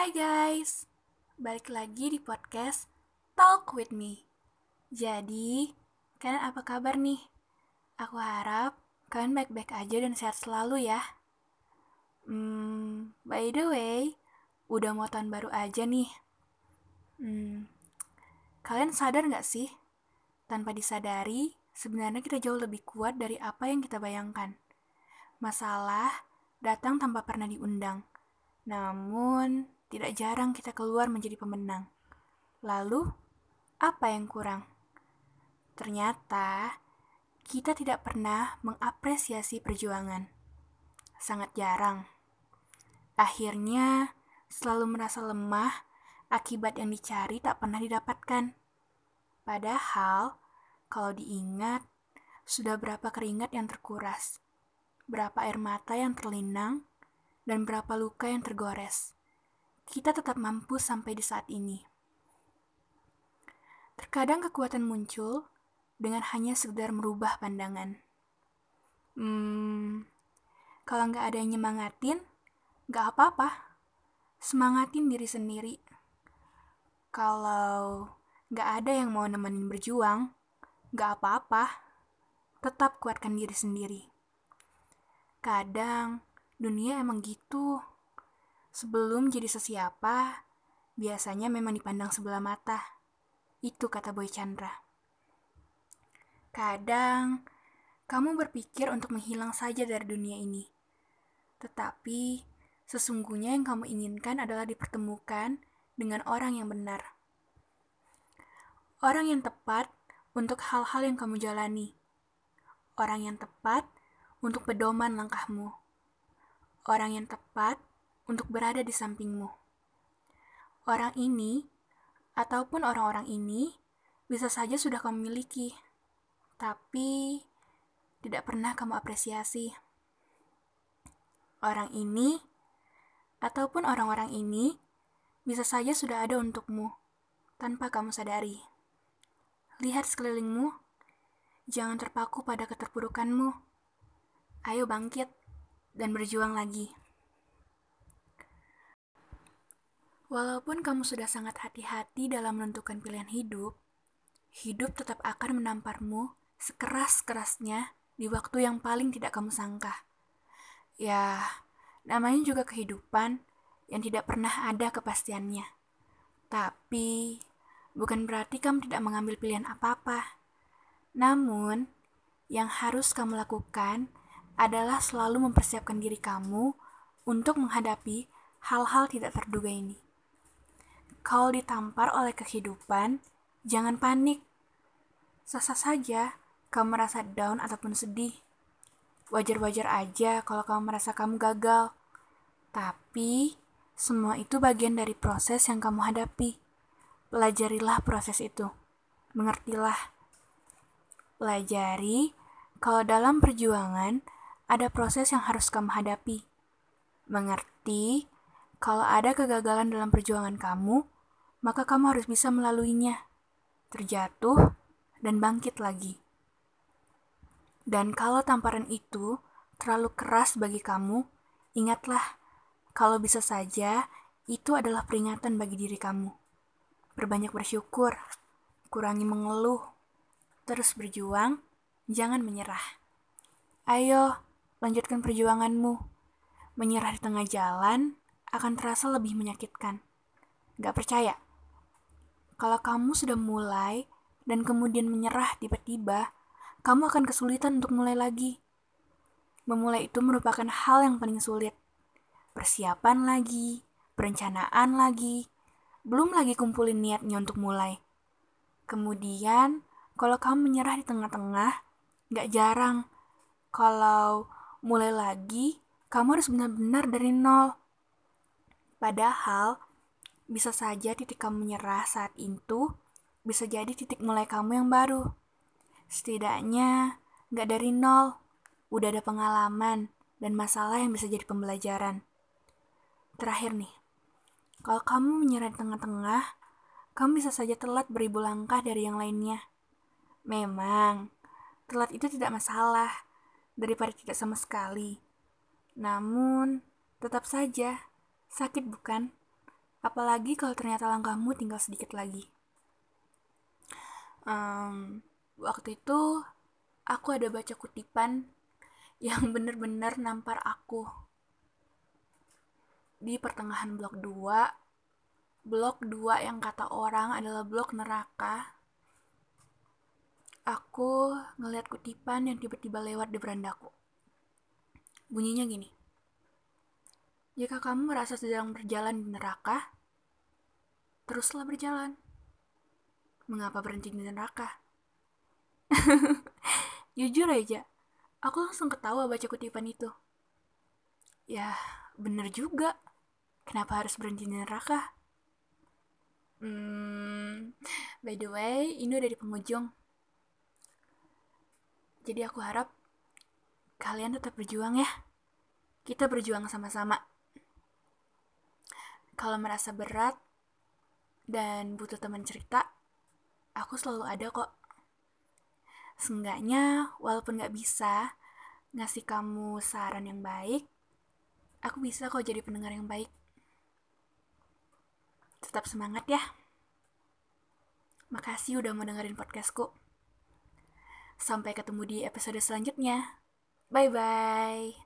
Hai guys, balik lagi di podcast Talk With Me. Jadi, kalian apa kabar nih? Aku harap kalian baik-baik aja dan sehat selalu ya. By the way, udah mau tahun baru aja nih. Kalian sadar gak sih? Tanpa disadari, sebenarnya kita jauh lebih kuat dari apa yang kita bayangkan. Masalah datang tanpa pernah diundang. Namun, tidak jarang kita keluar menjadi pemenang. Lalu, apa yang kurang? Ternyata, kita tidak pernah mengapresiasi perjuangan. Sangat jarang. Akhirnya, selalu merasa lemah akibat yang dicari tak pernah didapatkan. Padahal, kalau diingat, sudah berapa keringat yang terkuras, berapa air mata yang terlinang, dan berapa luka yang tergores. Kita tetap mampu sampai di saat ini. Terkadang kekuatan muncul dengan hanya sekedar merubah pandangan. Kalau nggak ada yang nyemangatin, nggak apa-apa. Semangatin diri sendiri. Kalau nggak ada yang mau nemenin berjuang, nggak apa-apa. Tetap kuatkan diri sendiri. Kadang, dunia emang gitu. Sebelum jadi sesiapa, biasanya memang dipandang sebelah mata. Itu kata Boy Chandra. Kadang, kamu berpikir untuk menghilang saja dari dunia ini. Tetapi, sesungguhnya yang kamu inginkan adalah dipertemukan dengan orang yang benar. Orang yang tepat untuk hal-hal yang kamu jalani. Orang yang tepat untuk pedoman langkahmu. Orang yang tepat untuk berada di sampingmu. Orang ini, ataupun orang-orang ini, bisa saja sudah kamu miliki, tapi tidak pernah kamu apresiasi. Orang ini, ataupun orang-orang ini, bisa saja sudah ada untukmu, tanpa kamu sadari. Lihat sekelilingmu, jangan terpaku pada keterpurukanmu. Ayo bangkit, dan berjuang lagi. Walaupun kamu sudah sangat hati-hati dalam menentukan pilihan hidup, hidup tetap akan menamparmu sekeras-kerasnya di waktu yang paling tidak kamu sangka. Ya, namanya juga kehidupan yang tidak pernah ada kepastiannya. Tapi, bukan berarti kamu tidak mengambil pilihan apa-apa. Namun, yang harus kamu lakukan adalah selalu mempersiapkan diri kamu untuk menghadapi hal-hal tidak terduga ini. Kalau ditampar oleh kehidupan, jangan panik. Sah-sah saja kamu merasa down ataupun sedih. Wajar-wajar aja kalau kamu merasa kamu gagal. Tapi, semua itu bagian dari proses yang kamu hadapi. Pelajarilah proses itu. Mengertilah. Pelajari kalau dalam perjuangan ada proses yang harus kamu hadapi. Mengerti kalau ada kegagalan dalam perjuangan kamu, maka kamu harus bisa melaluinya, terjatuh, dan bangkit lagi. Dan kalau tamparan itu terlalu keras bagi kamu, ingatlah, kalau bisa saja, itu adalah peringatan bagi diri kamu. Berbanyak bersyukur, kurangi mengeluh, terus berjuang, jangan menyerah. Ayo, lanjutkan perjuanganmu. Menyerah di tengah jalan akan terasa lebih menyakitkan. Gak percaya? Kalau kamu sudah mulai dan kemudian menyerah tiba-tiba, kamu akan kesulitan untuk mulai lagi. Memulai itu merupakan hal yang paling sulit. Persiapan lagi, perencanaan lagi, belum lagi kumpulin niatnya untuk mulai. Kemudian, kalau kamu menyerah di tengah-tengah, gak jarang. Kalau mulai lagi, kamu harus benar-benar dari nol. Padahal, bisa saja titik kamu menyerah saat itu bisa jadi titik mulai kamu yang baru. Setidaknya gak dari nol, udah ada pengalaman dan masalah yang bisa jadi pembelajaran. Terakhir nih, kalau kamu menyerah di tengah-tengah, kamu bisa saja telat beribu langkah dari yang lainnya. Memang, telat itu tidak masalah daripada tidak sama sekali. Namun, tetap saja sakit bukan? Apalagi kalau ternyata langkahmu tinggal sedikit lagi. Waktu itu aku ada baca kutipan yang bener-bener nampar aku. Di pertengahan blok 2 yang kata orang adalah blok neraka, aku ngeliat kutipan yang tiba-tiba lewat di berandaku. Bunyinya gini: jika kamu merasa sedang berjalan di neraka, teruslah berjalan. Mengapa berhenti di neraka? Jujur aja, aku langsung ketawa baca kutipan itu. Ya, bener juga. Kenapa harus berhenti di neraka? By the way, ini udah di penghujung. Jadi aku harap kalian tetap berjuang ya. Kita berjuang sama-sama. Kalau merasa berat dan butuh teman cerita, aku selalu ada kok. Seenggaknya, walaupun gak bisa ngasih kamu saran yang baik, aku bisa kok jadi pendengar yang baik. Tetap semangat ya. Makasih udah mau dengerin podcastku. Sampai ketemu di episode selanjutnya. Bye-bye.